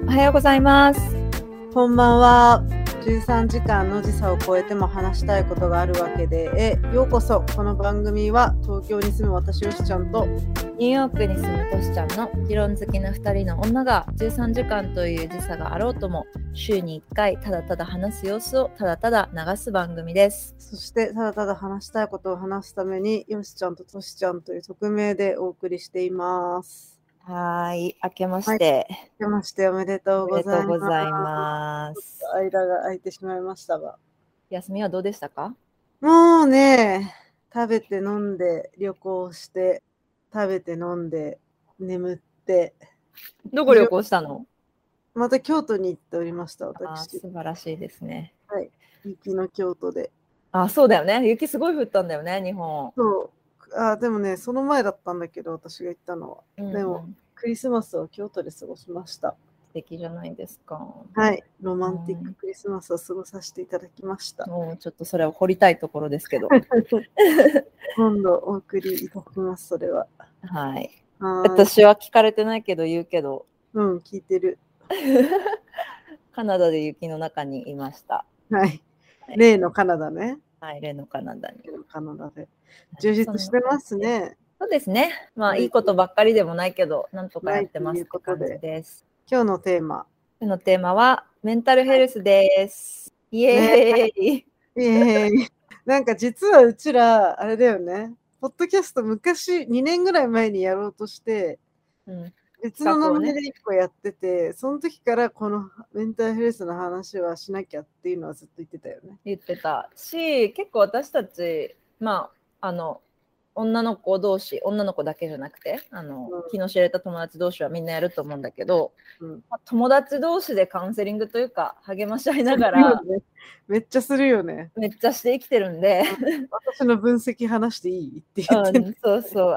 おはようございます。 こんばんは。13時間の時差を超えても話したいことがあるわけでようこそ。この番組は東京に住む私よしちゃんとニューヨークに住むとしちゃんの議論好きな2人の女が13時間という時差があろうとも週に1回ただただ話す様子をただただ流す番組です。 そしてただただ話したいことを話すためによしちゃんととしちゃんという匿名でお送りしています。 はい、明けまして、 明けましておめでとうございます。 間が空いてしまいましたが、 休みはどうでしたか？ もうね、食べて飲んで旅行して食べて飲んで眠って。 どこ旅行したの？ また京都に行っておりました。私。 素晴らしいですね。 はい、雪の京都で。 そうだよね。雪すごい降ったんだよね、日本。 そう。でもね、その前だったんだけど、私が行ったのは。でも、クリスマスを京都で過ごしました。 素敵じゃないですか。 はい、ロマンティッククリスマスを過ごさせていただきました。 もうちょっとそれを掘りたいところですけど。 今度お送りいただきます、それは。 はい。私は聞かれてないけど言うけど。 聞いてる。 カナダで雪の中にいました。 はい。例のカナダね。 はい、例のカナダに。 カナダで。充実してますね。 そうですね。まあ、いいことばっかりでもないけど、なんとかやってますって感じです。 今日のテーマはメンタルヘルスです。イエーイ。 イエーイ。なんか実はうちらあれだよね。ポッドキャスト昔2年ぐらい前にやろうとして、別の名前で1個やってて、その時からこのメンタルヘルスの話はしなきゃっていうのはずっと言ってたよね。 言ってたし、結構私たち、まあ、女の子同士、女の子だけじゃなくて、気の知れた友達同士はみんなやると思うんだけど、友達同士でカウンセリングというか励まし合いながら、 めっちゃするよね。 めっちゃして生きてるんで、 私の分析話していいって言って、 そうそう、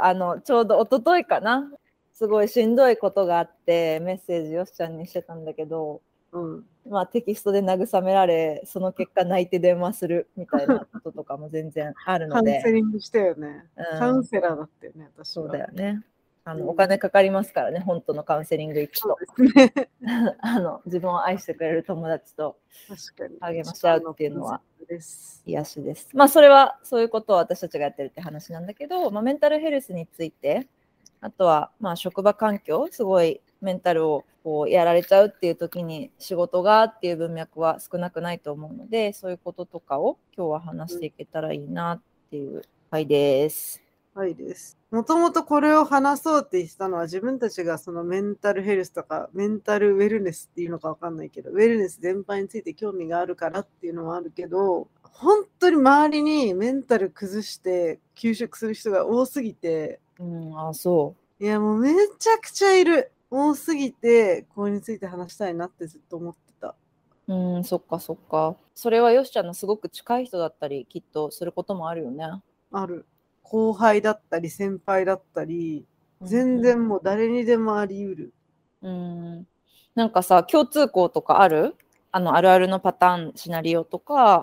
ちょうど一昨日かな、すごいしんどいことがあってメッセージよしちゃんにしてたんだけど、まあテキストで慰められ、その結果泣いて電話するみたいなこととかも全然あるので。 カウンセリングしたよね。カウンセラーだったよね、私は。 そうだよね。お金かかりますからね、本当のカウンセリング行くと。自分を愛してくれる友達と励まし合うっていうのは癒しです。まあそれはそういうことを私たちがやってるって話なんだけど、メンタルヘルスについて、あとはまあ職場環境、すごいメンタルをこうやられちゃうっていう時に仕事がっていう文脈は少なくないと思うので、そういうこととかを今日は話していけたらいいなっていう回です。 はいです。もともとこれを話そうって言ってたのは、自分たちがそのメンタルヘルスとかメンタルウェルネスっていうのかわかんないけど、ウェルネス全般について興味があるからっていうのはあるけど、本当に周りにメンタル崩して休職する人が多すぎて、 そう。 いやもうめちゃくちゃいる。多すぎてこれについて話したいなってずっと思ってた。 そっかそっか。それはよしちゃんのすごく近い人だったりきっとすることもあるよね。 ある。後輩だったり先輩だったり、全然もう誰にでもあり得る。 なんかさ、共通項とかある？あるあるのパターン、シナリオとか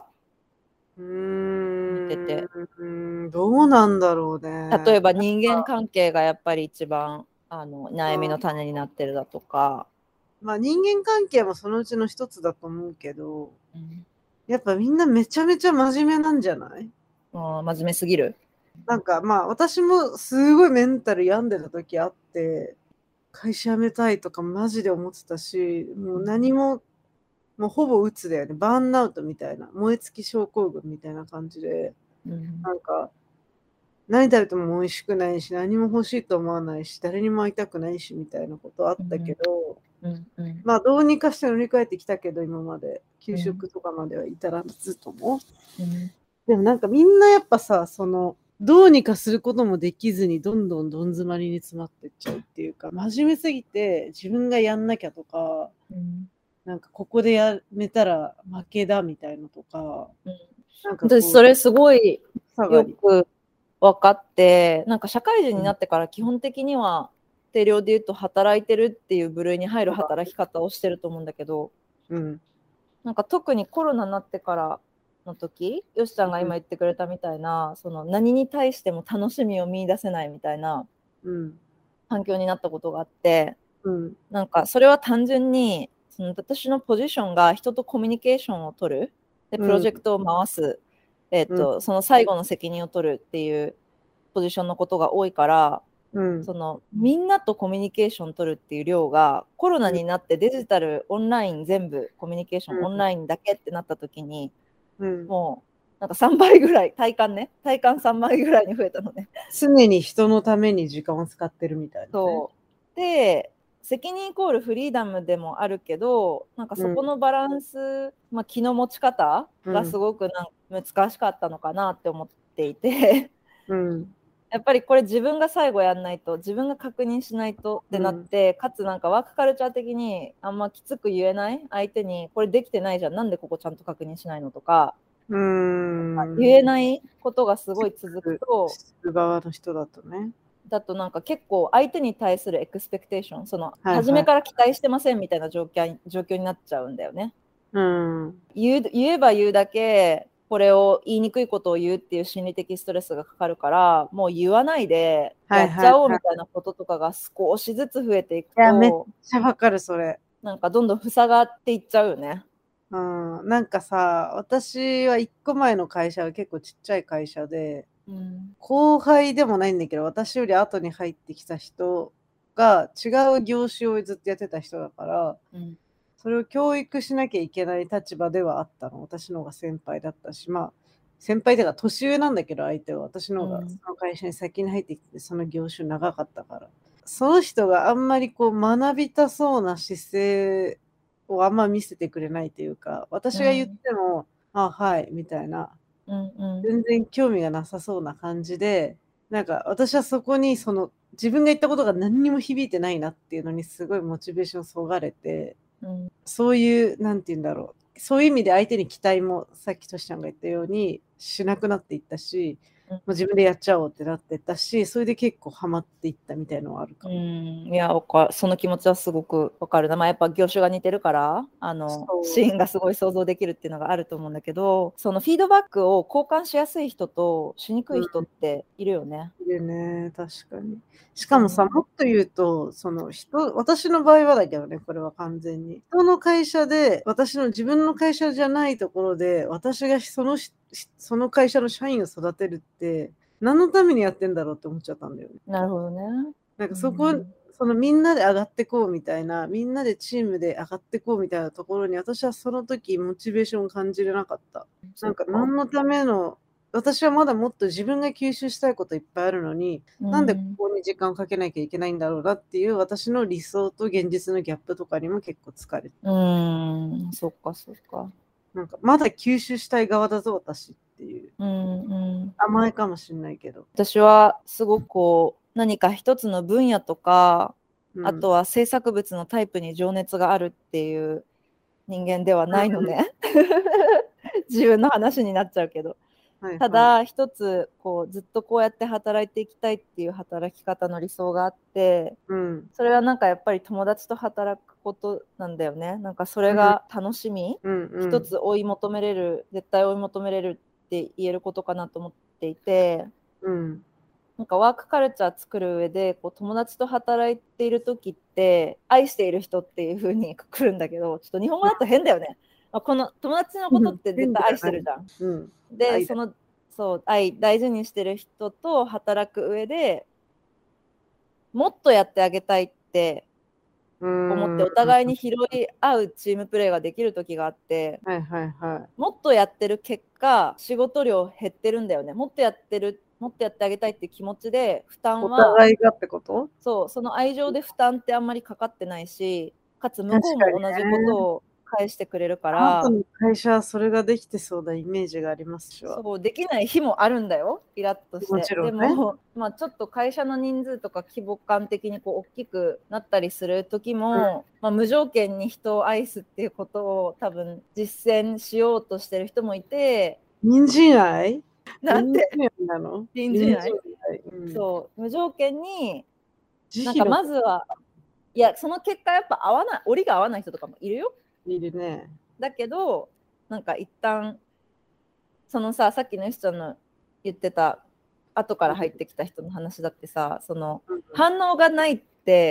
見てて。 どうなんだろうね。 例えば人間関係がやっぱり一番悩みの種になってるだとか。 まあ人間関係もそのうちの一つだと思うけど、やっぱみんなめちゃめちゃ真面目なんじゃない？ 真面目すぎる。 なんかまあ私もすごいメンタル病んでた時あって、会社辞めたいとかマジで思ってたし、もう何も、もうほぼ鬱だよね。バーンアウトみたいな、燃え尽き症候群みたいな感じで、なんか何食べても美味しくないし、何も欲しいと思わないし、誰にも会いたくないしみたいなことあったけど、まあどうにかして乗り換えてきたけど、今まで休職とかまでは至らずとも、でもなんかみんなやっぱさ、そのどうにかすることもできずにどんどんどん詰まりに詰まってっちゃうっていうか、真面目すぎて自分がやんなきゃとか、なんかここでやめたら負けだみたいなとか、 なんか私それすごいよく分かって、なんか社会人になってから基本的には定量で言うと働いてるっていう部類に入る働き方をしてると思うんだけど、なんか特にコロナになってからの時、よしちゃんが今言ってくれたみたいな、その何に対しても楽しみを見出せないみたいな環境になったことがあって、なんかそれは単純にその私のポジションが人とコミュニケーションを取る、でプロジェクトを回す、その最後の責任を取るっていうポジションのことが多いから、そのみんなとコミュニケーション取るっていう量がコロナになってデジタル、オンライン全部コミュニケーション、オンラインだけってなった時に、もうなんか3倍ぐらい、体感3倍ぐらいに増えたのね。 常に人のために時間を使ってるみたいな、ね。 そうで、責任イコールフリーダムでもあるけど、なんかそこのバランス、気の持ち方がすごく難しかったのかなって思っていて、やっぱりこれ自分が最後やんないと、自分が確認しないとってなって、かつなんかワークカルチャー的にあんまきつく言えない相手に、これできてないじゃん、なんでここちゃんと確認しないのとか、言えないことがすごい続くと、 側の人だとね。 だとなんか結構相手に対するエクスペクテーション、その初めから期待してませんみたいな状況になっちゃうんだよね。言えば言うだけこれを言いにくいことを言うっていう心理的ストレスがかかるから、もう言わないでやっちゃおうみたいなこととかが少しずつ増えていくと、 めっちゃわかるそれ。 なんかどんどん塞がっていっちゃうよね。 なんかさ、私は1個前の会社は結構ちっちゃい会社で、後輩でもないんだけど、私より後に入ってきた人が違う業種をずっとやってた人だから、それを教育しなきゃいけない立場ではあったの。私の方が先輩だったし、先輩というか年上なんだけど、相手は私の方がその会社に先に入ってきて、その業種長かったから。その人があんまりこう学びたそうな姿勢をあんま見せてくれないというか、私が言っても、はいみたいな、全然興味がなさそうな感じで、なんか私はそこにその自分が言ったことが何にも響いてないなっていうのにすごいモチベーションそがれて、そういうなんて言うんだろう、そういう意味で相手に期待もさっきとしちゃんが言ったようにしなくなっていったし、もう自分でやっちゃおうってなってったし、それで結構ハマっていったみたいなのはあるかも。 いや、その気持ちはすごくわかるな。やっぱ業種が似てるからシーンがすごい想像できるっていうのがあると思うんだけど、そのフィードバックを交換しやすい人としにくい人っているよね。 いるね、確かに。しかもさ、もっと言うと、私の場合はだけどね、これは完全に。人の会社で、私の自分の会社じゃないところで、私がその会社の社員を育てるって、何のためにやってんだろうって思っちゃったんだよね。 なるほどね。 なんかそのみんなで上がってこうみたいな、みんなでチームで上がってこうみたいなところに、私はその時モチベーションを感じれなかった。なんか何のための、私はまだもっと自分が吸収したいこといっぱいあるのに、なんでここに時間をかけなきゃいけないんだろうなっていう私の理想と現実のギャップとかにも結構疲れて。 そっかそっか。 なんかまだ吸収したい側だぞ私っていう。甘えかもしれないけど。 私はすごく何か一つの分野とか、あとは制作物のタイプに情熱があるっていう人間ではないのね。自分の話になっちゃうけど。ただ一つずっとこうやって働いていきたいっていう働き方の理想があって、それはなんかやっぱり友達と働くことなんだよね。なんかそれが楽しみ、一つ絶対追い求めれるって言えることかなと思っていて、なんかワークカルチャー作る上で友達と働いている時って愛している人っていう風にくくるんだけど、ちょっと日本語だと変だよね。この友達のことって絶対愛してるじゃん。で、大事にしてる人と働く上でもっとやってあげたいって思って、お互いに拾い合うチームプレーができる時があって、もっとやってる結果仕事量減ってるんだよね。もっとやってあげたいって気持ちで負担は、 お互いがってこと？ そう、その愛情で負担ってあんまりかかってないし、かつ向こうも同じことを返してくれるから、 あなたの会社はそれができてそうなイメージがありますし、 そうできない日もあるんだよ、イラッとして。 もちろんね。 でも、ちょっと会社の人数とか規模感的に大きくなったりする時も、無条件に人を愛すっていうことを多分実践しようとしてる人もいて。 人参愛？ なんてなの？ 人参愛？そう、無条件になんかまずは、いやその結果やっぱ折が合わない人とかもいるよ。 いるね。 だけどなんか一旦そのさっきのよしちゃんの言ってた後から入ってきた人の話だってさ、その反応がないって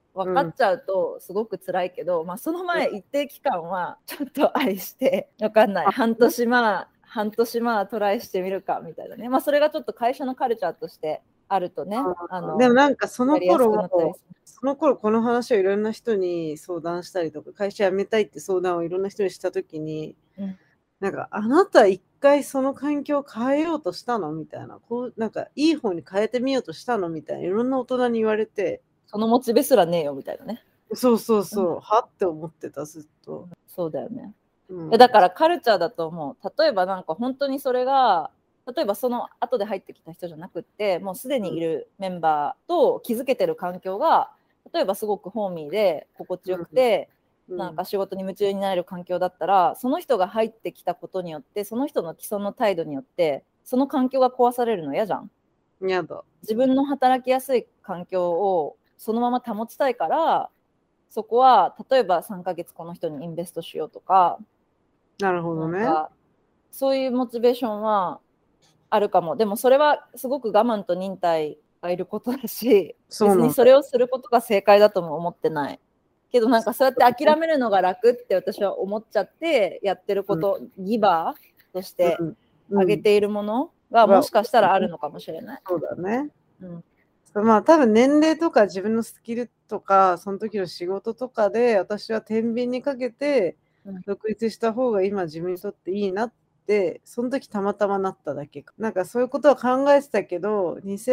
分かっちゃうとすごく辛いけど、まあ、その前一定期間はちょっと愛して分かんない半年トライしてみるかみたいなね、まあ、それがちょっと会社のカルチャーとしてあるとね。 でもなんかその頃この話をいろんな人に相談したりとか、会社辞めたいって相談をいろんな人にしたときに、なんかあなた一回その環境を変えようとしたのみたいな、こうなんかいい方に変えてみようとしたのみたいな、いろんな大人に言われて、 そのモチベすらねえよみたいなね。 そう、はって思ってた、ずっと。 そうだよね。だからカルチャーだと思う。例えばなんか本当にそれが、例えばその後で入ってきた人じゃなくって、もうすでにいるメンバーと築けてる環境が、例えばすごくホーミーで心地よくて、なんか仕事に夢中になれる環境だったら、その人が入ってきたことによって、その人の既存の態度によって、その環境が壊されるの嫌じゃん。 嫌だ。 自分の働きやすい環境をそのまま保ちたいから、そこは例えば3ヶ月この人にインベストしようとか、 なるほどね。 そういうモチベーションはあるかも。でもそれはすごく我慢と忍耐がいることだし、別にそれをすることが正解だとも思ってない。けどなんかそうやって諦めるのが楽って私は思っちゃってやってること、ギバーとしてあげているものがもしかしたらあるのかもしれない。 そうだね。まあ多分年齢とか自分のスキルとかその時の仕事とかで私は天秤にかけて独立した方が今自分にとっていいなってその時たまたまなっただけか。なんかそういうことは考えてたけど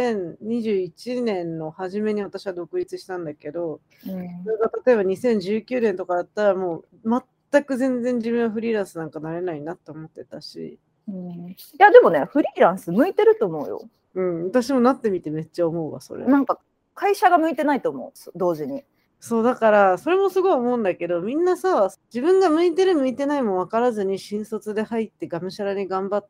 2021年の初めに私は独立したんだけど、それが例えば2019年とかだったらもう全く全然自分はフリーランスなんかなれないなと思ってたし。 いやでもねフリーランス向いてると思うよ。 私もなってみてめっちゃ思うわ、それ。 なんか会社が向いてないと思う、同時に。 そう、だからそれもすごい思うんだけど、みんなさ、自分が向いてる向いてないも分からずに新卒で入ってがむしゃらに頑張って、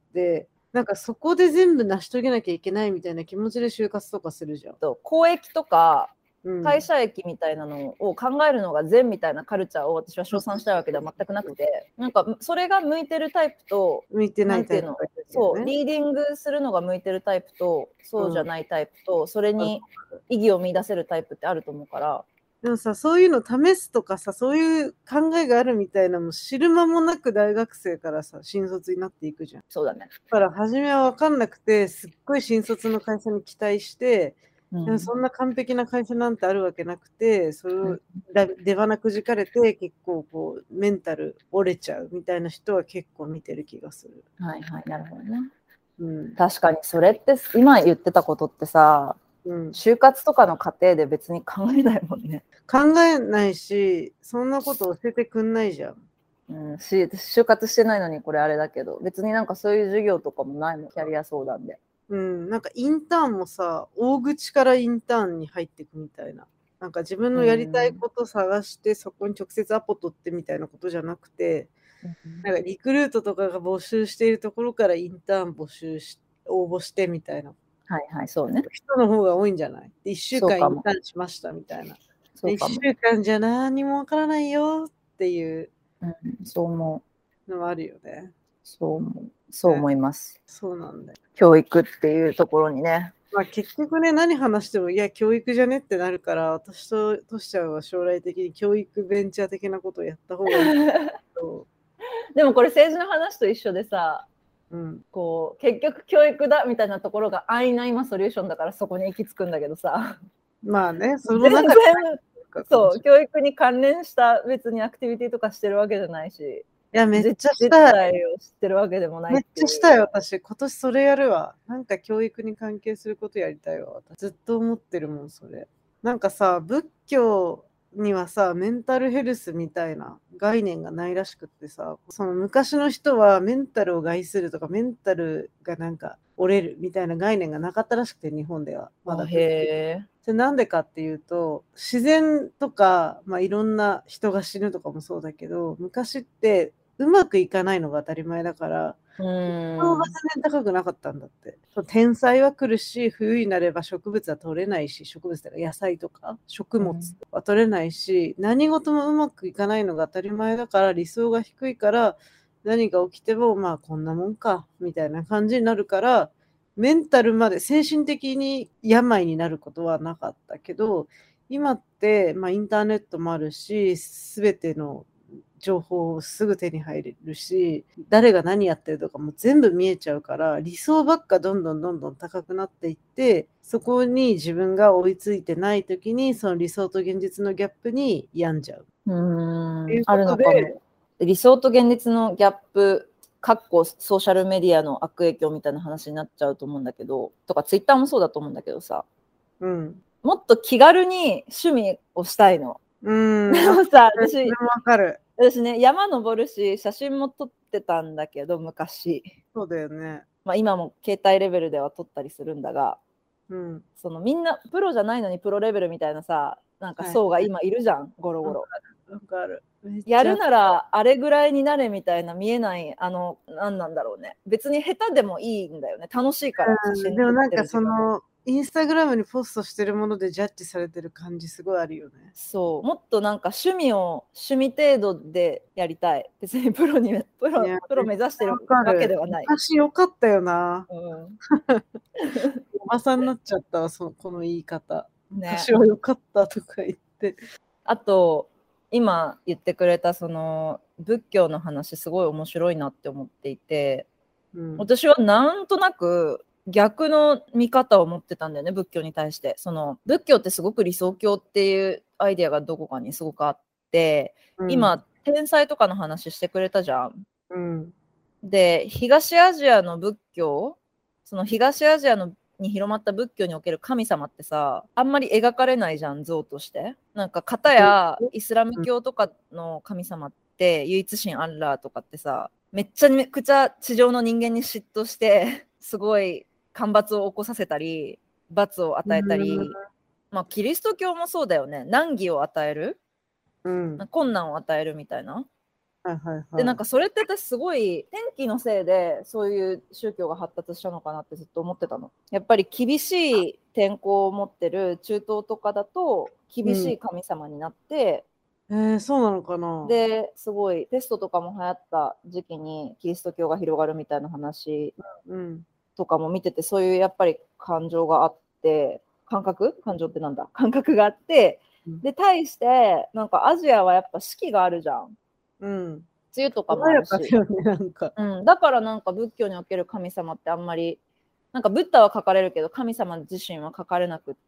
なんかそこで全部成し遂げなきゃいけないみたいな気持ちで就活とかするじゃん。 公益とか会社益みたいなのを考えるのが善みたいなカルチャーを私は称賛したいわけでは全くなくて、なんかそれが向いてるタイプと向いてないタイプ、 そうリーディングするのが向いてるタイプとそうじゃないタイプと、それに意義を見出せるタイプってあると思うから。 でもさ、そういうの試すとかさ、そういう考えがあるみたいなのも知る間もなく大学生からさ、新卒になっていくじゃん。 そうだね。 だから初めは分かんなくて、すっごい新卒の会社に期待して、でもそんな完璧な会社なんてあるわけなくて、それを出花くじかれて結構こうメンタル折れちゃうみたいな人は結構見てる気がする。 はいはい、なるほどね。確かにそれって今言ってたことってさ、就活とかの過程で別に考えないもんね。 考えないし、そんなこと教えてくんないじゃん。 就活してないのにこれあれだけど、別になんかそういう授業とかもないもん、キャリア相談で。 なんかインターンもさ、大口からインターンに入っていくみたいな。なんか自分のやりたいこと探して、そこに直接アポ取ってみたいなことじゃなくて、なんかリクルートとかが募集しているところからインターン応募してみたいな。 はいはい、そうね。 人の方が多いんじゃない？ 1 週間インターンしましたみたいな。1週間じゃ何もわからないよっていう。 そう思うのはあるよね。 そう思います。 そうなんだよ。 教育っていうところにね。 まあ結局ね、何話しても、いや、教育じゃねってなるから、私とトシちゃんは将来的に教育ベンチャー的なことをやった方がいいでもこれ政治の話と一緒でさ、こう結局教育だみたいなところが安易な今ソリューションだからそこに行き着くんだけどさ。 まあね、 その中でそう教育に関連した別にアクティビティとかしてるわけじゃないし。 いや、めっちゃ実態を知ってるわけでもない。 めっちゃしたい、私。今年それやるわ。なんか教育に関係することやりたいわ。ずっと思ってるもん、それ。なんかさ、仏教にはさ、メンタルヘルスみたいな概念がないらしくってさ、その昔の人はメンタルを害するとか、メンタルがなんか折れるみたいな概念がなかったらしくて、日本では。まだ。なんでかっていうと、自然とか、まあ、いろんな人が死ぬとかもそうだけど、昔ってうまくいかないのが当たり前だから、人が全然高くなかったんだって。天災は来るし、冬になれば植物は取れないし、植物とか野菜とか食物は取れないし、何事もうまくいかないのが当たり前だから、理想が低いから、何が起きても、まあこんなもんか、みたいな感じになるから、メンタルまで精神的に病になることはなかったけど、 今って、まあ、インターネットもあるし、すべての情報をすぐ手に入れるし、誰が何やってるとかも全部見えちゃうから、理想ばっかどんどん高くなっていって、そこに自分が追いついてない時に、その理想と現実のギャップに病んじゃう。 あるのかも。理想と現実のギャップ、ソーシャルメディアの悪影響みたいな話になっちゃうと思うんだけど、とかツイッターもそうだと思うんだけどさ、もっと気軽に趣味をしたいの。でもさ、私ね、山登るし、写真も撮ってたんだけど、昔。 そうだよね。 まあ、今も携帯レベルでは撮ったりするんだが、そのみんなプロじゃないのにプロレベルみたいなさ、なんか層が今いるじゃん、ゴロゴロ。やるならあれぐらいになれみたいな見えない、何なんだろうね。別に下手でもいいんだよね。楽しいから写真撮ってる。 でもなんかそのインスタグラムにポストしてるものでジャッジされてる感じすごいあるよね。 そう、もっとなんか趣味程度でやりたい。別にプロ目指してるわけではない。 昔よかったよな。おばさんになっちゃったわ、この言い方。昔はよかったとか言って。 あと今言ってくれたその仏教の話すごい面白いなって思っていて、私はなんとなく逆の見方を持ってたんだよね、仏教に対して。その仏教ってすごく理想郷っていうアイデアがどこかにすごくあって、今天才とかの話してくれたじゃん。で東アジアの仏教、その東アジアに広まった仏教における神様ってさ、あんまり描かれないじゃん、像として。なんか片やイスラム教とかの神様って唯一神アッラーとかってさ、めっちゃくちゃ地上の人間に嫉妬してすごい干ばつを起こさせたり罰を与えたり、まあキリスト教もそうだよね。難儀を与える、困難を与えるみたいな。でなんかそれって私すごい天気のせいでそういう宗教が発達したのかなってずっと思ってたの。やっぱり厳しい天候を持ってる中東とかだと厳しい神様になって、 そうなのかな。 ですごいテストとかも流行った時期にキリスト教が広がるみたいな話とかも見てて、そういうやっぱり感情があって、感情ってなんだ、感覚があって、で対してなんかアジアはやっぱ四季があるじゃん。梅雨とかもあるし、だからなんか仏教における神様ってあんまりなんかブッダは書かれるけど神様自身は書かれなくって、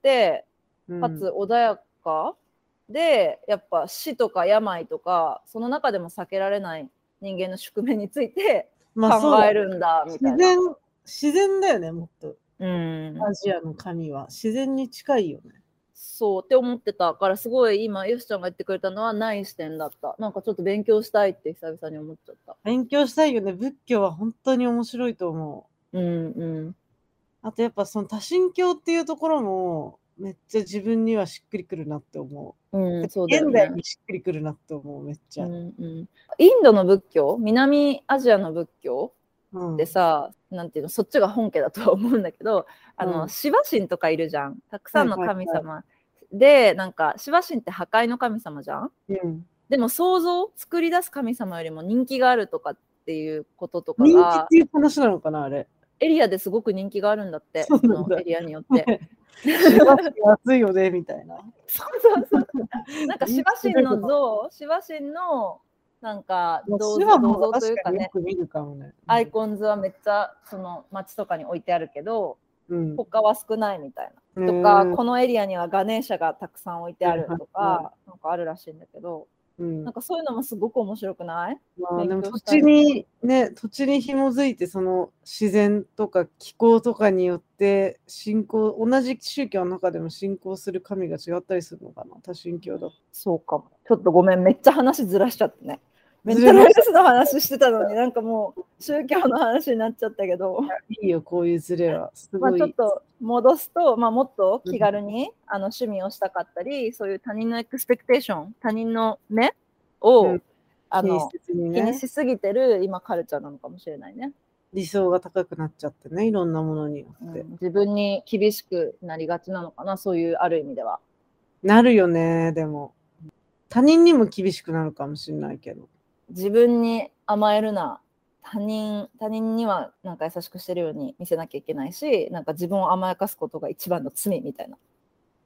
かつ穏やかで、やっぱ死とか病とかその中でも避けられない人間の宿命について考えるんだみたいな。 自然だよね、もっと。アジアの神は自然に近いよね。 そうって思ってたから、すごい今よしちゃんが言ってくれたのはない視点だった。なんかちょっと勉強したいって久々に思っちゃった。 勉強したいよね。仏教は本当に面白いと思う。あとやっぱその多神教っていうところもめっちゃ自分にはしっくりくるなって思う。そうだよね。現代にしっくりくるなって思う、めっちゃ。インドの仏教、南アジアの仏教でさ、なんていうの、そっちが本家だとは思うんだけど、シバ神とかいるじゃん。たくさんの神様で、なんかシバ神って破壊の神様じゃん。でも作り出す神様よりも人気があるとかっていうこととかが、 人気っていう話なのかな、あれ。 エリアですごく人気があるんだって、そのエリアによって。 暑いよねみたいな。 なんかシバ神のなんか銅像というかね、アイコンズはめっちゃその街とかに置いてあるけど、他は少ないみたいな。とか、このエリアにはガネーシャがたくさん置いてあるとか、なんかあるらしいんだけど、なんかそういうのもすごく面白くない？ でも土地に紐づいて、その自然とか気候とかによって同じ宗教の中でも信仰する神が違ったりするのかな、多神教だと。 そうかも。ちょっとごめん、めっちゃ話ずらしちゃってね。メンタルヘルスの話してたのに、なんかもう宗教の話になっちゃったけど。 いいよ、こういうズレは。すごい。ちょっと戻すと、もっと気軽に趣味をしたかったり、そういう他人のエクスペクテーション、他人の目を、気にしすぎてる今カルチャーなのかもしれないね。 理想が高くなっちゃってね、いろんなものによって。 自分に厳しくなりがちなのかな、そういうある意味では。 なるよね、でも。他人にも厳しくなるかもしれないけど。 自分に甘えるな、他人にはなんか優しくしてるように見せなきゃいけないし、なんか自分を甘やかすことが一番の罪みたいな。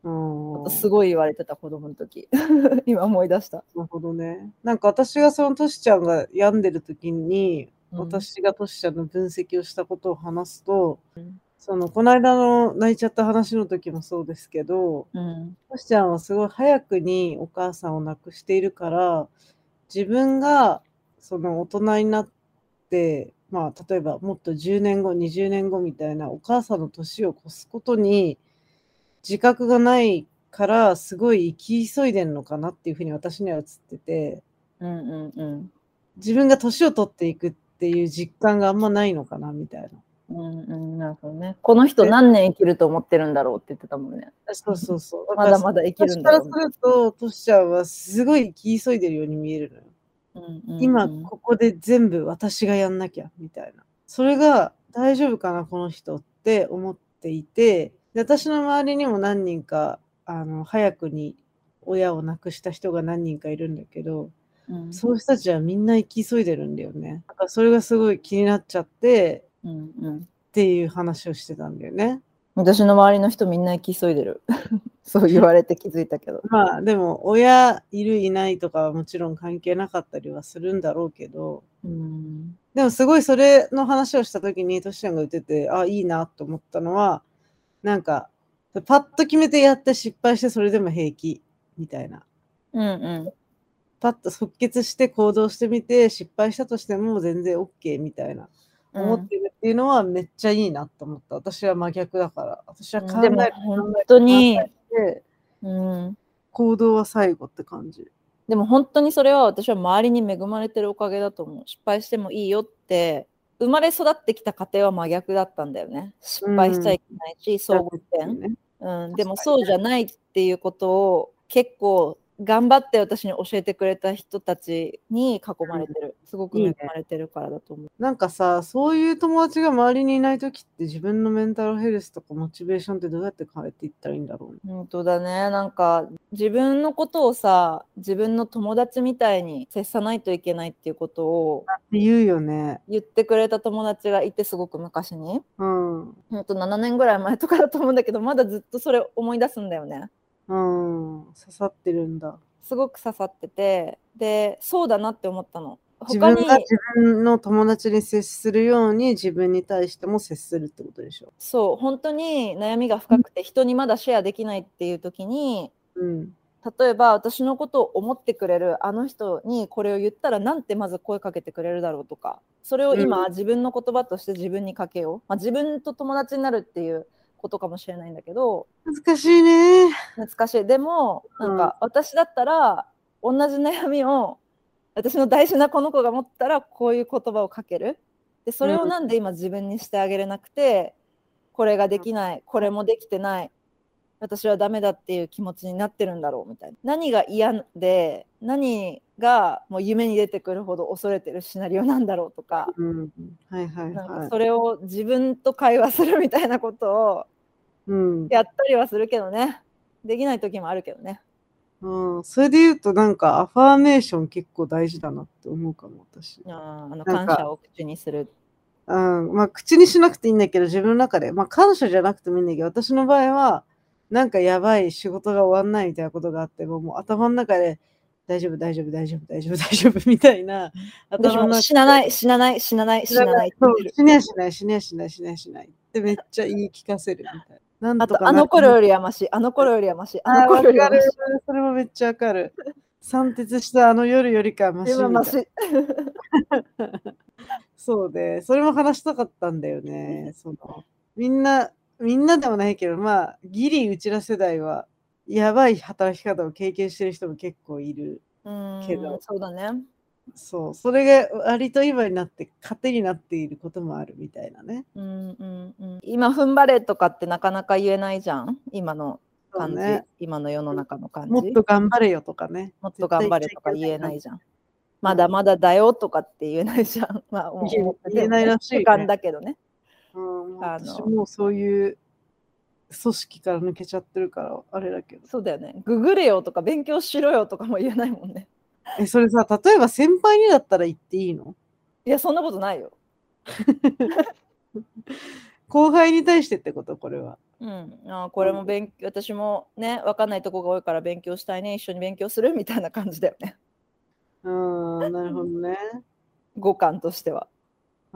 すごい言われてた子供の時今思い出した。 なるほどね。なんか私がそのトシちゃんが病んでる時に、私がトシちゃんの分析をしたことを話すと、そのこの間の泣いちゃった話の時もそうですけど、トシちゃんはすごい早くにお母さんを亡くしているから、自分がその大人になって、まあ例えばもっと10年後、20年後みたいなお母さんの年を越すことに自覚がないから、すごい生き急いでんのかなっていうふうに私には映ってて、自分が年を取っていくっていう実感があんまないのかなみたいな。 なるほどね。この人何年生きると思ってるんだろうって言ってたもんね。 そうそうそう。 まだまだ生きるんだろう。 私からすると、トシちゃんはすごい生き急いでるように見えるのよ。今ここで全部私がやんなきゃみたいな。それが大丈夫かなこの人って思っていて、で私の周りにも何人か早くに親を亡くした人が何人かいるんだけど、そういう人たちはみんな生き急いでるんだよね。だからそれがすごい気になっちゃって、っていう話をしてたんだよね。 私の周りの人みんな生き急いでるそう言われて気づいたけどまあでも親いるいないとかはもちろん関係なかったりはするんだろうけど、でもすごいそれの話をした時にトシちゃんが言ってて、あ、いいなと思ったのは、なんかパッと決めてやって失敗してそれでも平気みたいな。パッと即決して行動してみて失敗したとしても全然 OK みたいな思ってるっていうのはめっちゃいいなと思った。私は真逆だから。私は考えて本当に行動は最後って感じ。 でも本当にそれは私は周りに恵まれてるおかげだと思う。失敗してもいいよって生まれ育ってきた家庭は真逆だったんだよね。失敗しちゃいけないし、総合点、でもそうじゃないっていうことを結構頑張って私に教えてくれた人たちに囲まれてる。すごく恵まれてるからだと思う。 なんかさ、そういう友達が周りにいないときって自分のメンタルヘルスとかモチベーションってどうやって変えていったらいいんだろうね。 本当だね。なんか自分のことをさ、自分の友達みたいに接さないといけないっていうことを言うよね。 言ってくれた友達がいて、すごく昔に。 本当7年ぐらい前とかだと思うんだけど、まだずっとそれ思い出すんだよね。 刺さってるんだ。 すごく刺さってて、で、そうだなって思ったの。 自分が自分の友達に接するように自分に対しても接するってことでしょ。 そう、本当に悩みが深くて人にまだシェアできないっていう時に、例えば私のことを思ってくれるあの人にこれを言ったらなんてまず声かけてくれるだろうとか、それを今自分の言葉として自分にかけよう。自分と友達になるっていうことかもしれないんだけど、 難しいね。 難しい。でもなんか私だったら同じ悩みを私の大事なこの子が持ったらこういう言葉をかける。でそれをなんで今自分にしてあげれなくて、これができない、これもできてない、私はダメだっていう気持ちになってるんだろうみたいな。何が嫌で何がもう夢に出てくるほど恐れてるシナリオなんだろうとか、なんかそれを自分と会話するみたいなことをやったりはするけどね。できない時もあるけどね。 それで言うとなんかアファーメーション結構大事だなって思うかも私。 感謝を口にする。 まあ口にしなくていいんだけど自分の中で、まあ感謝じゃなくてもいいんだけど、私の場合はなんかやばい仕事が終わんないみたいなことがあっても、もう頭の中で大丈夫大丈夫大丈夫大丈夫大丈夫みたいな。 私も死なない死なない死なない死なない死ねやしない死ねやしない死ねやしないってめっちゃ言い聞かせるみたいな。 あとあの頃よりやましい、あの頃よりやましい、あの頃よりやましい。 それもめっちゃわかる。散鉄したあの夜よりかはマシみたいな。そうで、それも話したかったんだよね。みんなでもないけど、まあギリうちら世代はやばい働き方を経験してる人も結構いるけど、 そうだね。 そう、それが割と今になって糧になっていることもあるみたいなね。 今踏ん張れとかってなかなか言えないじゃん、今の感じ、今の世の中の感じ。 もっと頑張れよとかね。 もっと頑張れとか言えないじゃん。まだまだだよとかって言えないじゃん。まあもう言えないらしい、ね。 主観だけどね。 私もそういう組織から抜けちゃってるからあれだけど。 そうだよね。ググれよとか勉強しろよとかも言えないもんね。 それさ、例えば先輩にだったら言っていいの？ いや、そんなことないよ。 後輩に対してってこと、これは。 これも私もね、分かんないとこが多いから勉強したいね、一緒に勉強するみたいな感じだよね。 なるほどね。 語感としては。 うん。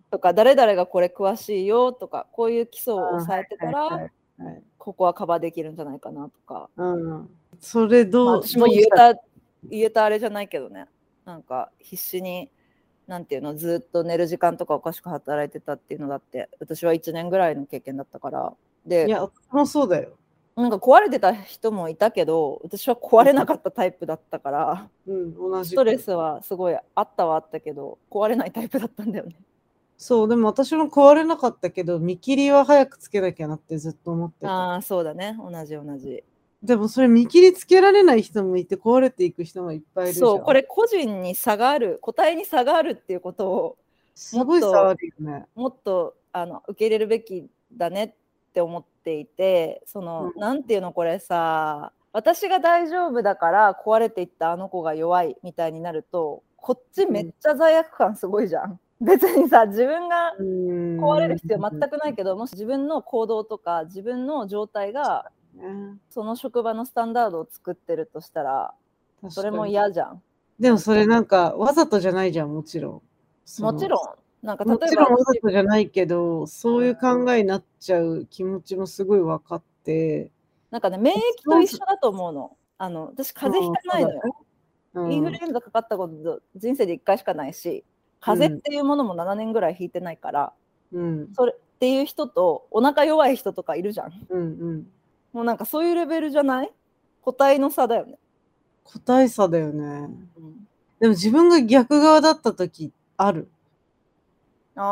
とか、誰々がこれ詳しいよとか、こういう基礎を押さえてたら、ここはカバーできるんじゃないかなとか。 それ私も言えたあれじゃないけどね。なんか必死に、なんていうの、ずっと寝る時間とかおかしく働いてたっていうのだって、私は1年ぐらいの経験だったから。で、 いや、もうそうだよ。 なんか壊れてた人もいたけど、私は壊れなかったタイプだったから、 同じストレスはすごいあったけど、壊れないタイプだったんだよね。 そう、でも私も壊れなかったけど、見切りは早くつけなきゃなってずっと思ってた。 そうだね、同じ。 でもそれ見切りつけられない人もいて、壊れていく人もいっぱいいるじゃん。 そう、これ個人に差がある、個体に差があるっていうことをすごい差あるよね。 もっと受け入れるべきだねって思っていて、なんていうの、これさ、私が大丈夫だから壊れていったあの子が弱いみたいになると、こっちめっちゃ罪悪感すごいじゃん。別にさ、自分が壊れる必要全くないけど、もし自分の行動とか自分の状態がその職場のスタンダードを作ってるとしたら、それも嫌じゃん。 でもそれなんかわざとじゃないじゃん、もちろん。 もちろん、なんか例えばもちろんわざとじゃないけど、そういう考えになっちゃう気持ちもすごい分かって、 なんかね、免疫と一緒だと思うの。私風邪ひかないのよ。インフルエンザかかったこと人生で1回しかないし、風邪っていうものも7年ぐらいひいてないから、それっていう人とお腹弱い人とかいるじゃん。もうなんかそういうレベルじゃない？個体の差だよね。 個体差だよね。でも自分が逆側だった時ある。組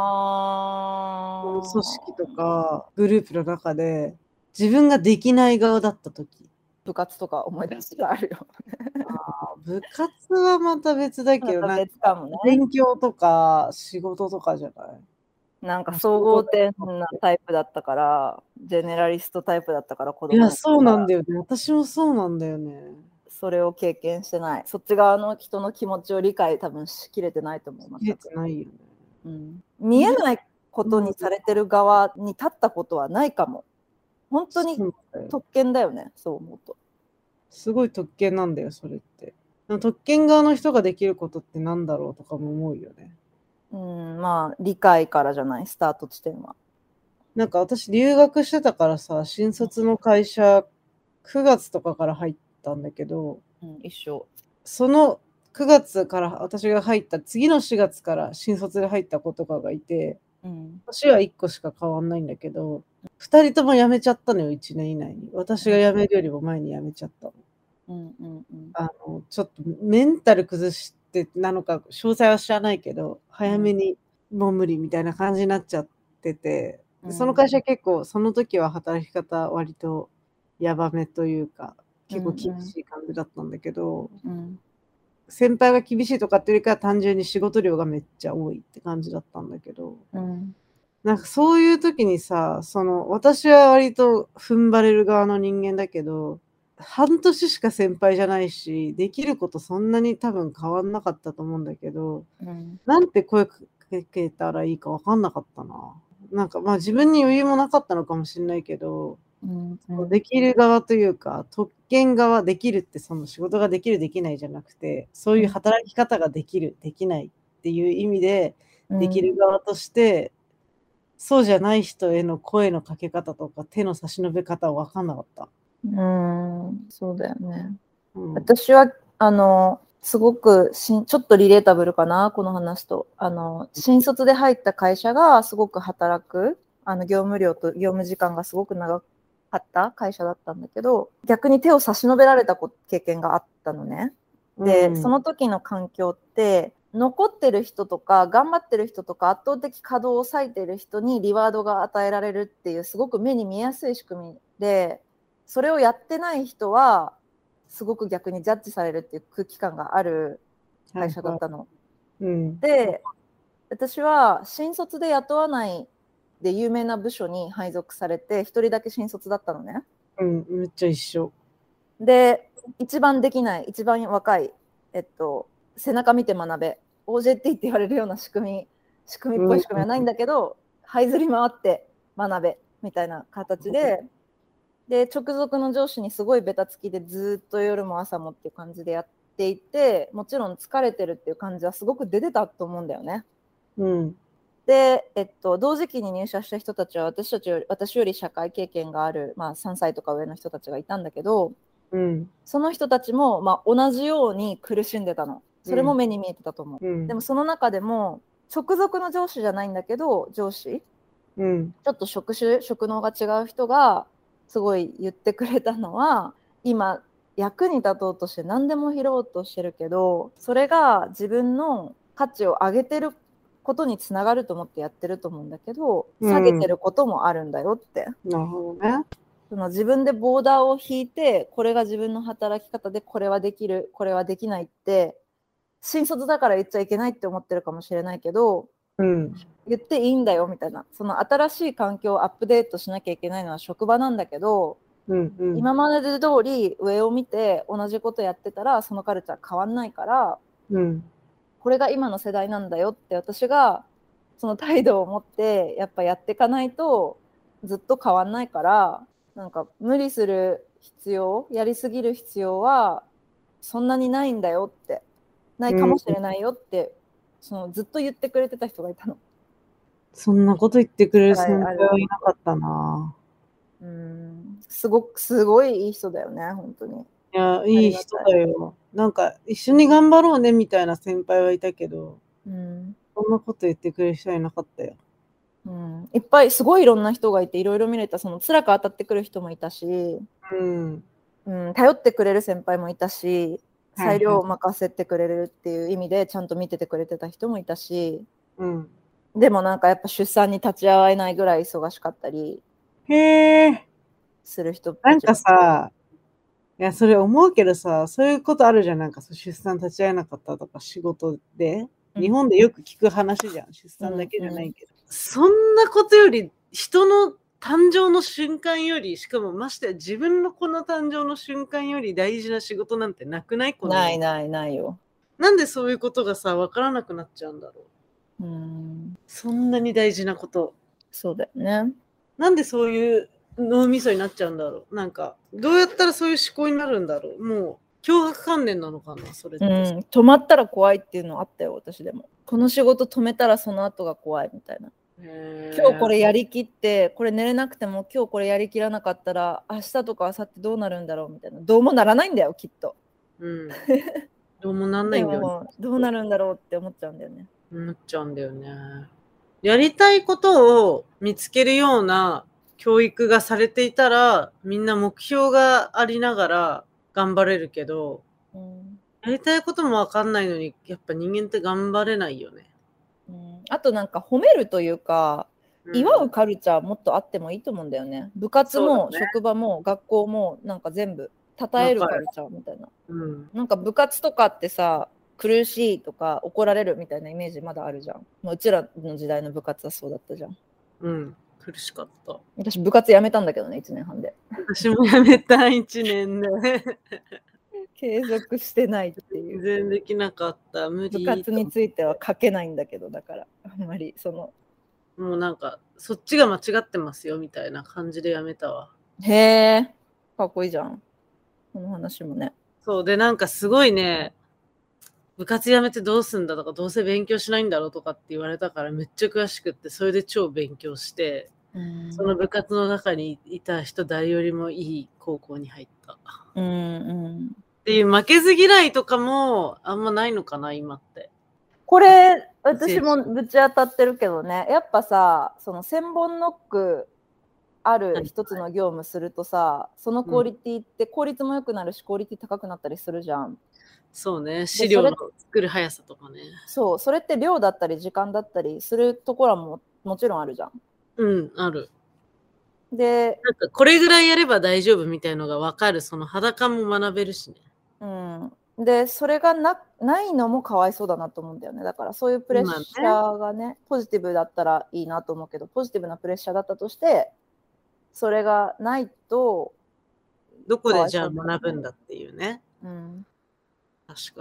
織とかグループの中で自分ができない側だった時。 部活とか思い出すがあるよ。 部活はまた別だけど、 また別かもね。 勉強とか仕事とかじゃない？ なんか総合点なタイプだったから、ジェネラリストタイプだったから、子供いや、そうなんだよね。私もそうなんだよね。 それを経験してない。そっち側の人の気持ちを理解多分しきれてないと思います。 しきれてないよね。 見えないことにされてる側に立ったことはないかも。本当に特権だよね、そう思うと。 すごい特権なんだよ、それって。特権側の人ができることってなんだろうとかも思うよね。 まあ理解からじゃない、スタート地点は。 なんか私留学してたからさ、新卒の会社9月とかから入ったんだけど、 一緒。 その9月から私が入った次の4月から新卒で入った子とかがいて、年は1個しか変わんないんだけど、2人とも辞めちゃったのよ、1年以内に。私が辞めるよりも前に辞めちゃったの。ちょっとメンタル崩してなのか詳細は知らないけど、早めにもう無理みたいな感じになっちゃってて、その会社結構その時は働き方割とやばめというか、結構厳しい感じだったんだけど、先輩が厳しいとかっていうよりかは単純に仕事量がめっちゃ多いって感じだったんだけど、なんかそういう時にさ、私は割と踏ん張れる側の人間だけど、半年しか先輩じゃないし、できることそんなに多分変わんなかったと思うんだけど、なんて声かけたらいいか分かんなかったな。なんかまあ自分に余裕もなかったのかもしれないけど、できる側というか、特権側、できるってその仕事ができるできないじゃなくて、そういう働き方ができるできないっていう意味で、できる側として、そうじゃない人への声のかけ方とか手の差し伸べ方は分かんなかった。 そうだよね。私はすごくちょっとリレータブルかな、この話と。新卒で入った会社がすごく働く業務量と業務時間がすごく長かった会社だったんだけど、逆に手を差し伸べられた経験があったのね。で、その時の環境って残ってる人とか頑張ってる人とか圧倒的稼働を割いてる人にリワードが与えられるっていうすごく目に見えやすい仕組みで、それをやってない人はすごく逆にジャッジされるっていう空気感がある会社だったの。で、私は新卒で雇わないで有名な部署に配属されて、一人だけ新卒だったのね。 めっちゃ一緒。 で、一番できない、一番若い、背中見て学べ、OJT って言われるような仕組みっぽい仕組みはないんだけど、 這いずり回って学べみたいな形で、で直属の上司にすごいベタつきでずっと夜も朝もっていう感じでやっていて、もちろん疲れてるっていう感じはすごく出てたと思うんだよね。 うん。 で、同時期に入社した人たちは私より社会経験がある、まあ、3歳とか上の人たちがいたんだけど、 うん、 その人たちも、まあ、同じように苦しんでたの。それも目に見えてたと思う。 うん、 でもその中でも直属の上司じゃないんだけど、上司、 うん、 ちょっと職能が違う人がすごい言ってくれたのは、今役に立とうとして何でも拾おうとしてるけど、それが自分の価値を上げてることにつながると思ってやってると思うんだけど、下げてることもあるんだよって。 なるほどね。 その自分でボーダーを引いて、これが自分の働き方でこれはできる、これはできないって新卒だから言っちゃいけないって思ってるかもしれないけど、 うん、 言っていいんだよみたいな。その新しい環境をアップデートしなきゃいけないのは職場なんだけど、 うんうん、 今まで通り上を見て同じことやってたらそのカルチャー変わんないから、 うん、 これが今の世代なんだよって私がその態度を持ってやっぱやっていかないとずっと変わんないから、なんか無理する必要、やりすぎる必要はそんなにないんだよって、ないかもしれないよって、そのずっと言ってくれてた人がいたの。 そんなこと言ってくれる先輩はいなかったな。 すごいいい人だよね、本当に。 いや、いい人だよ。なんか一緒に頑張ろうねみたいな先輩はいたけど、そんなこと言ってくれる人はいなかったよ。 いっぱいすごいいろんな人がいていろいろ見れた。その辛く当たってくる人もいたし、頼ってくれる先輩もいたし、裁量を任せてくれるっていう意味でちゃんと見ててくれてた人もいたし、でもなんかやっぱ出産に立ち会えないぐらい忙しかったりする人なんかさ、いやそれ思うけどさ、そういうことあるじゃん。なんか出産立ち会えなかったとか仕事で、日本でよく聞く話じゃん。出産だけじゃないけど、そんなことより人の誕生の瞬間より、しかもましてや自分の子の誕生の瞬間より大事な仕事なんてなくない？ ないよ。 なんでそういうことがさ、分からなくなっちゃうんだろう。そんなに大事なこと。 そうだよね。 なんでそういう脳みそになっちゃうんだろう。なんかどうやったらそういう思考になるんだろう。もう脅迫観念なのかな、それって。 止まったら怖いっていうのあったよ、私でも。この仕事止めたらその後が怖いみたいな。今日これやりきって、これ寝れなくても今日これやりきらなかったら明日とか明後日どうなるんだろうみたいな。どうもならないんだよ、きっと。 どうもなんないんだよね。どうなるんだろうって思っちゃうんだよね。 思っちゃうんだよね。やりたいことを見つけるような教育がされていたら、みんな目標がありながら頑張れるけど、やりたいこともわかんないのに、やっぱ人間って頑張れないよね。 あとなんか褒めるというか、祝うカルチャーもっとあってもいいと思うんだよね。部活も職場も学校もなんか全部称えるカルチャーみたいな。なんか部活とかってさ、苦しいとか怒られるみたいなイメージまだあるじゃん。うちらの時代の部活はそうだったじゃん。 苦しかった。 私部活やめたんだけどね、1年半で。 私もやめた1年で。 継続してないっていう。 全然できなかった。無理。 部活については書けないんだけど、だからあんまりその。 もうなんかそっちが間違ってますよみたいな感じでやめたわ。 へえ、かっこいいじゃん。この話もね。 そうで、なんかすごいね、部活やめてどうすんだとか、どうせ勉強しないんだろうとかって言われたからめっちゃ悔しくって、それで超勉強して、その部活の中にいた人誰よりもいい高校に入った。っていう負けず嫌いとかもあんまないのかな、今って。 これ私もぶち当たってるけどね、やっぱさ、その1000本ノックある一つの業務するとさ、そのクオリティって効率も良くなるし、クオリティ高くなったりするじゃん。 そうね、資料の作る速さとかね。 そう、それって量だったり時間だったりするところはもちろんあるじゃん。 ある。 で、 なんかこれぐらいやれば大丈夫みたいのが分かる、その肌感も学べるしね。 で、それがないのもかわいそうだなと思うんだよね。だからそういうプレッシャーがね、ポジティブだったらいいなと思うけど、ポジティブなプレッシャーだったとして、それがないと、 どこでじゃあ学ぶんだっていうね。 確かに。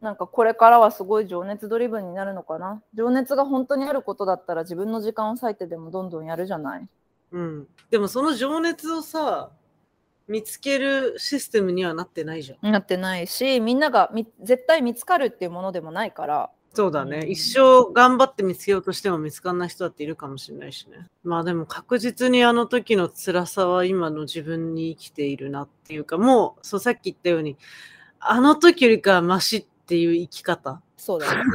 なんかこれからはすごい情熱ドリブンになるのかな。情熱が本当にあることだったら自分の時間を割いてでもどんどんやるじゃない。 うん。でもその情熱をさ、見つけるシステムにはなってないじゃん。 なってないし、みんなが絶対見つかるっていうものでもないから。 そうだね、一生頑張って見つけようとしても見つかんない人だっているかもしれないしね。まあでも確実にあの時の辛さは今の自分に生きているなっていうか、もう、そうさっき言ったように、あの時よりかはマシっていう生き方。 そうだね。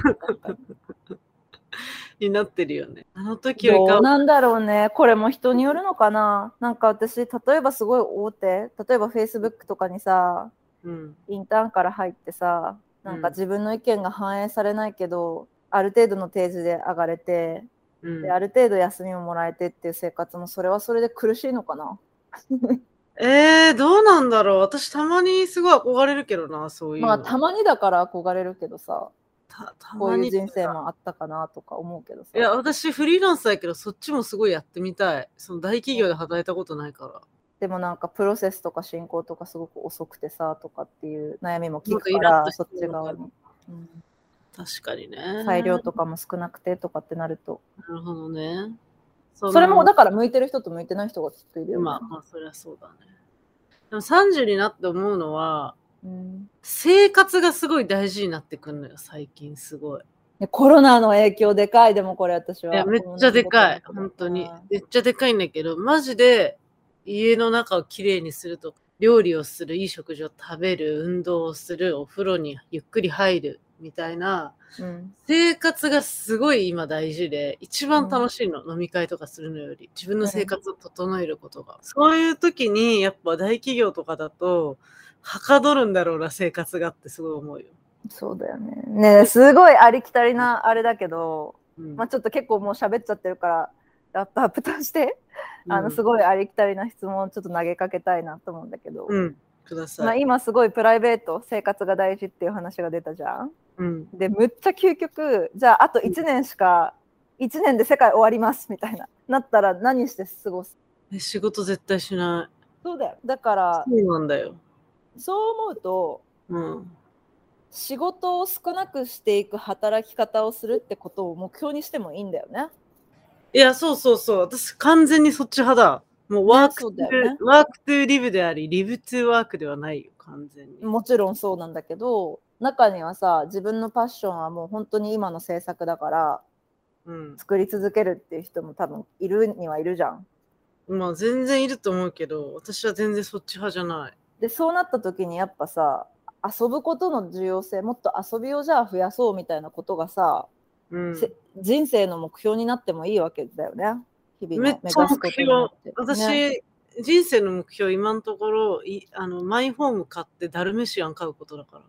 になってるよね。あの時よりかは。 どうなんだろうね。これも人によるのかな。なんか私、例えばすごい大手、例えば Facebook とかにさ、インターンから入ってさ、なんか自分の意見が反映されないけど、ある程度の定時で上がれて、である程度休みももらえてっていう生活もそれはそれで苦しいのかな。 どうなんだろう。私たまにすごい憧れるけどな、そういうの。 まあたまにだから憧れるけどさ、こういう人生もあったかなとか思うけどさ。 いや、私フリーランスだけどそっちもすごいやってみたい。その大企業で働いたことないから。 でもなんかプロセスとか進行とかすごく遅くてさとかっていう悩みも聞くからそっち側に、 確かにね。 裁量とかも少なくてとかってなると。 なるほどね。 それもだから向いてる人と向いてない人がきっといるよね。 まあそりゃそうだね。でも30になって思うのは、生活がすごい大事になってくるのよ、最近すごい。 コロナの影響でかい。でもこれ私は。 いや、めっちゃでかい。本当に。めっちゃでかいんだけど、マジで家の中をきれいにするとか、料理をする、いい食事を食べる、運動をする、お風呂にゆっくり入るみたいな、生活がすごい今大事で、一番楽しいの、飲み会とかするのより、自分の生活を整えることが。そういう時に、やっぱ大企業とかだと、はかどるんだろうな、生活がってすごい思うよ。 そうだよね。ね、すごいありきたりなあれだけど、まあちょっと結構もう喋っちゃってるから、ラップアップとして、すごいありきたりな質問をちょっと投げかけたいなと思うんだけど、 ください。 まあ今すごいプライベート、生活が大事っていう話が出たじゃん。で、むっちゃ究極、じゃああと1年しか、1年で世界終わりますみたいなったら何して過ごす？ 仕事絶対しない。 そうだよ。だから、 そうなんだよ。 そう思うと、仕事を少なくしていく働き方をするってことを目標にしてもいいんだよね。 いや、そうそうそう。私完全にそっち派だ。もうワークトゥーリブであり、リブトゥーワークではないよ、完全に。 もちろんそうなんだけど、中にはさ、自分のパッションはもう本当に今の制作だから、作り続けるっていう人も多分いるにはいるじゃん。 まあ全然いると思うけど、私は全然そっち派じゃない。 で、そうなった時にやっぱさ、遊ぶことの重要性、もっと遊びをじゃあ増やそうみたいなことがさ、人生の目標になってもいいわけだよね。日々の目指すことになって。 私、人生の目標、今のところマイホーム買ってダルメシアン買うことだから。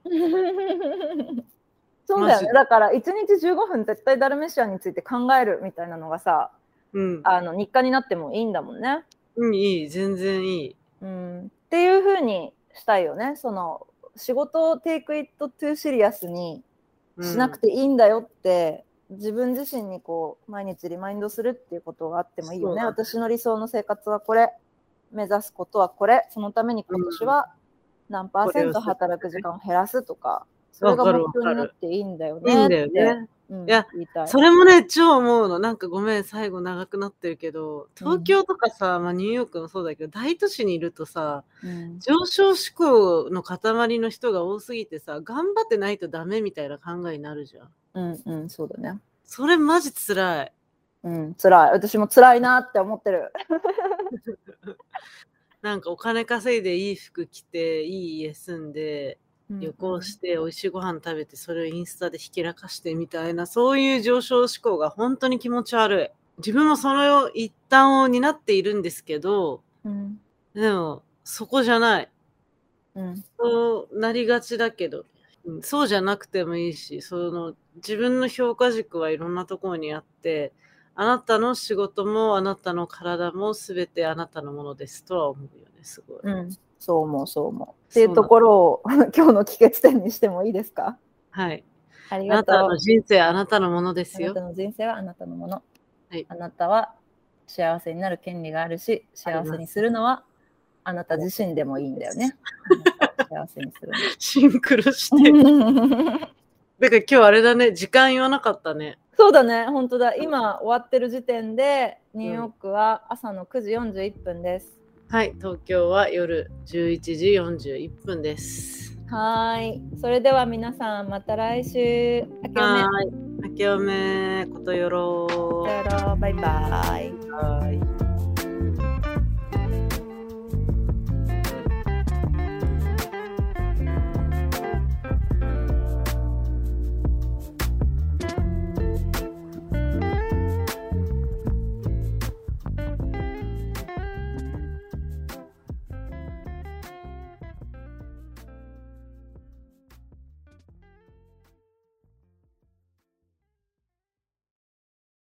そうだよね。だから1日15分絶対ダルメシアンについて考えるみたいなのがさ、日課になってもいいんだもんね。 いい、全然いい。 っていう風にしたいよね。その仕事をテイクイットトゥーシリアスにしなくていいんだよって、自分自身にこう毎日リマインドするっていうことがあってもいいよね。私の理想の生活はこれ、目指すことはこれ、そのために今年は何パーセント働く時間を減らすとか、それが目標になっていいんだよね。 いいんだよね。いや、それもね、超思うの。なんかごめん、最後長くなってるけど、東京とかさ、ニューヨークもそうだけど、大都市にいるとさ、上昇志向の塊の人が多すぎてさ、頑張ってないとダメみたいな考えになるじゃん。 そうだね。 それマジ辛い。 辛い。私も辛いなって思ってる。 なんかお金稼いでいい服着て、いい家住んで、旅行して美味しいご飯食べてそれをインスタでひけらかしてみたいな、そういう上昇志向が本当に気持ち悪い。自分もその一端を担っているんですけど、でもそこじゃない。そうなりがちだけど、そうじゃなくてもいいし、自分の評価軸はいろんなところにあって、あなたの仕事もあなたの体も全てあなたのものですとは思うよね、すごい。 そう思う、そう思う。っていうところを今日の帰結点にしてもいいですか？ はい。 ありがとう。 あなたの人生はあなたのものですよ。 あなたの人生はあなたのもの。あなたは幸せになる権利があるし、幸せにするのはあなた自身でもいいんだよね。幸せにするの。 シンクロしてる。 だから今日あれだね、時間言わなかったね。 そうだね、本当だ。今終わってる時点でニューヨークは朝の9時41分です。 はい、東京は夜11時41分です。 はい、それでは皆さんまた来週。 明けおめことよろ。 バイバイ。 はい。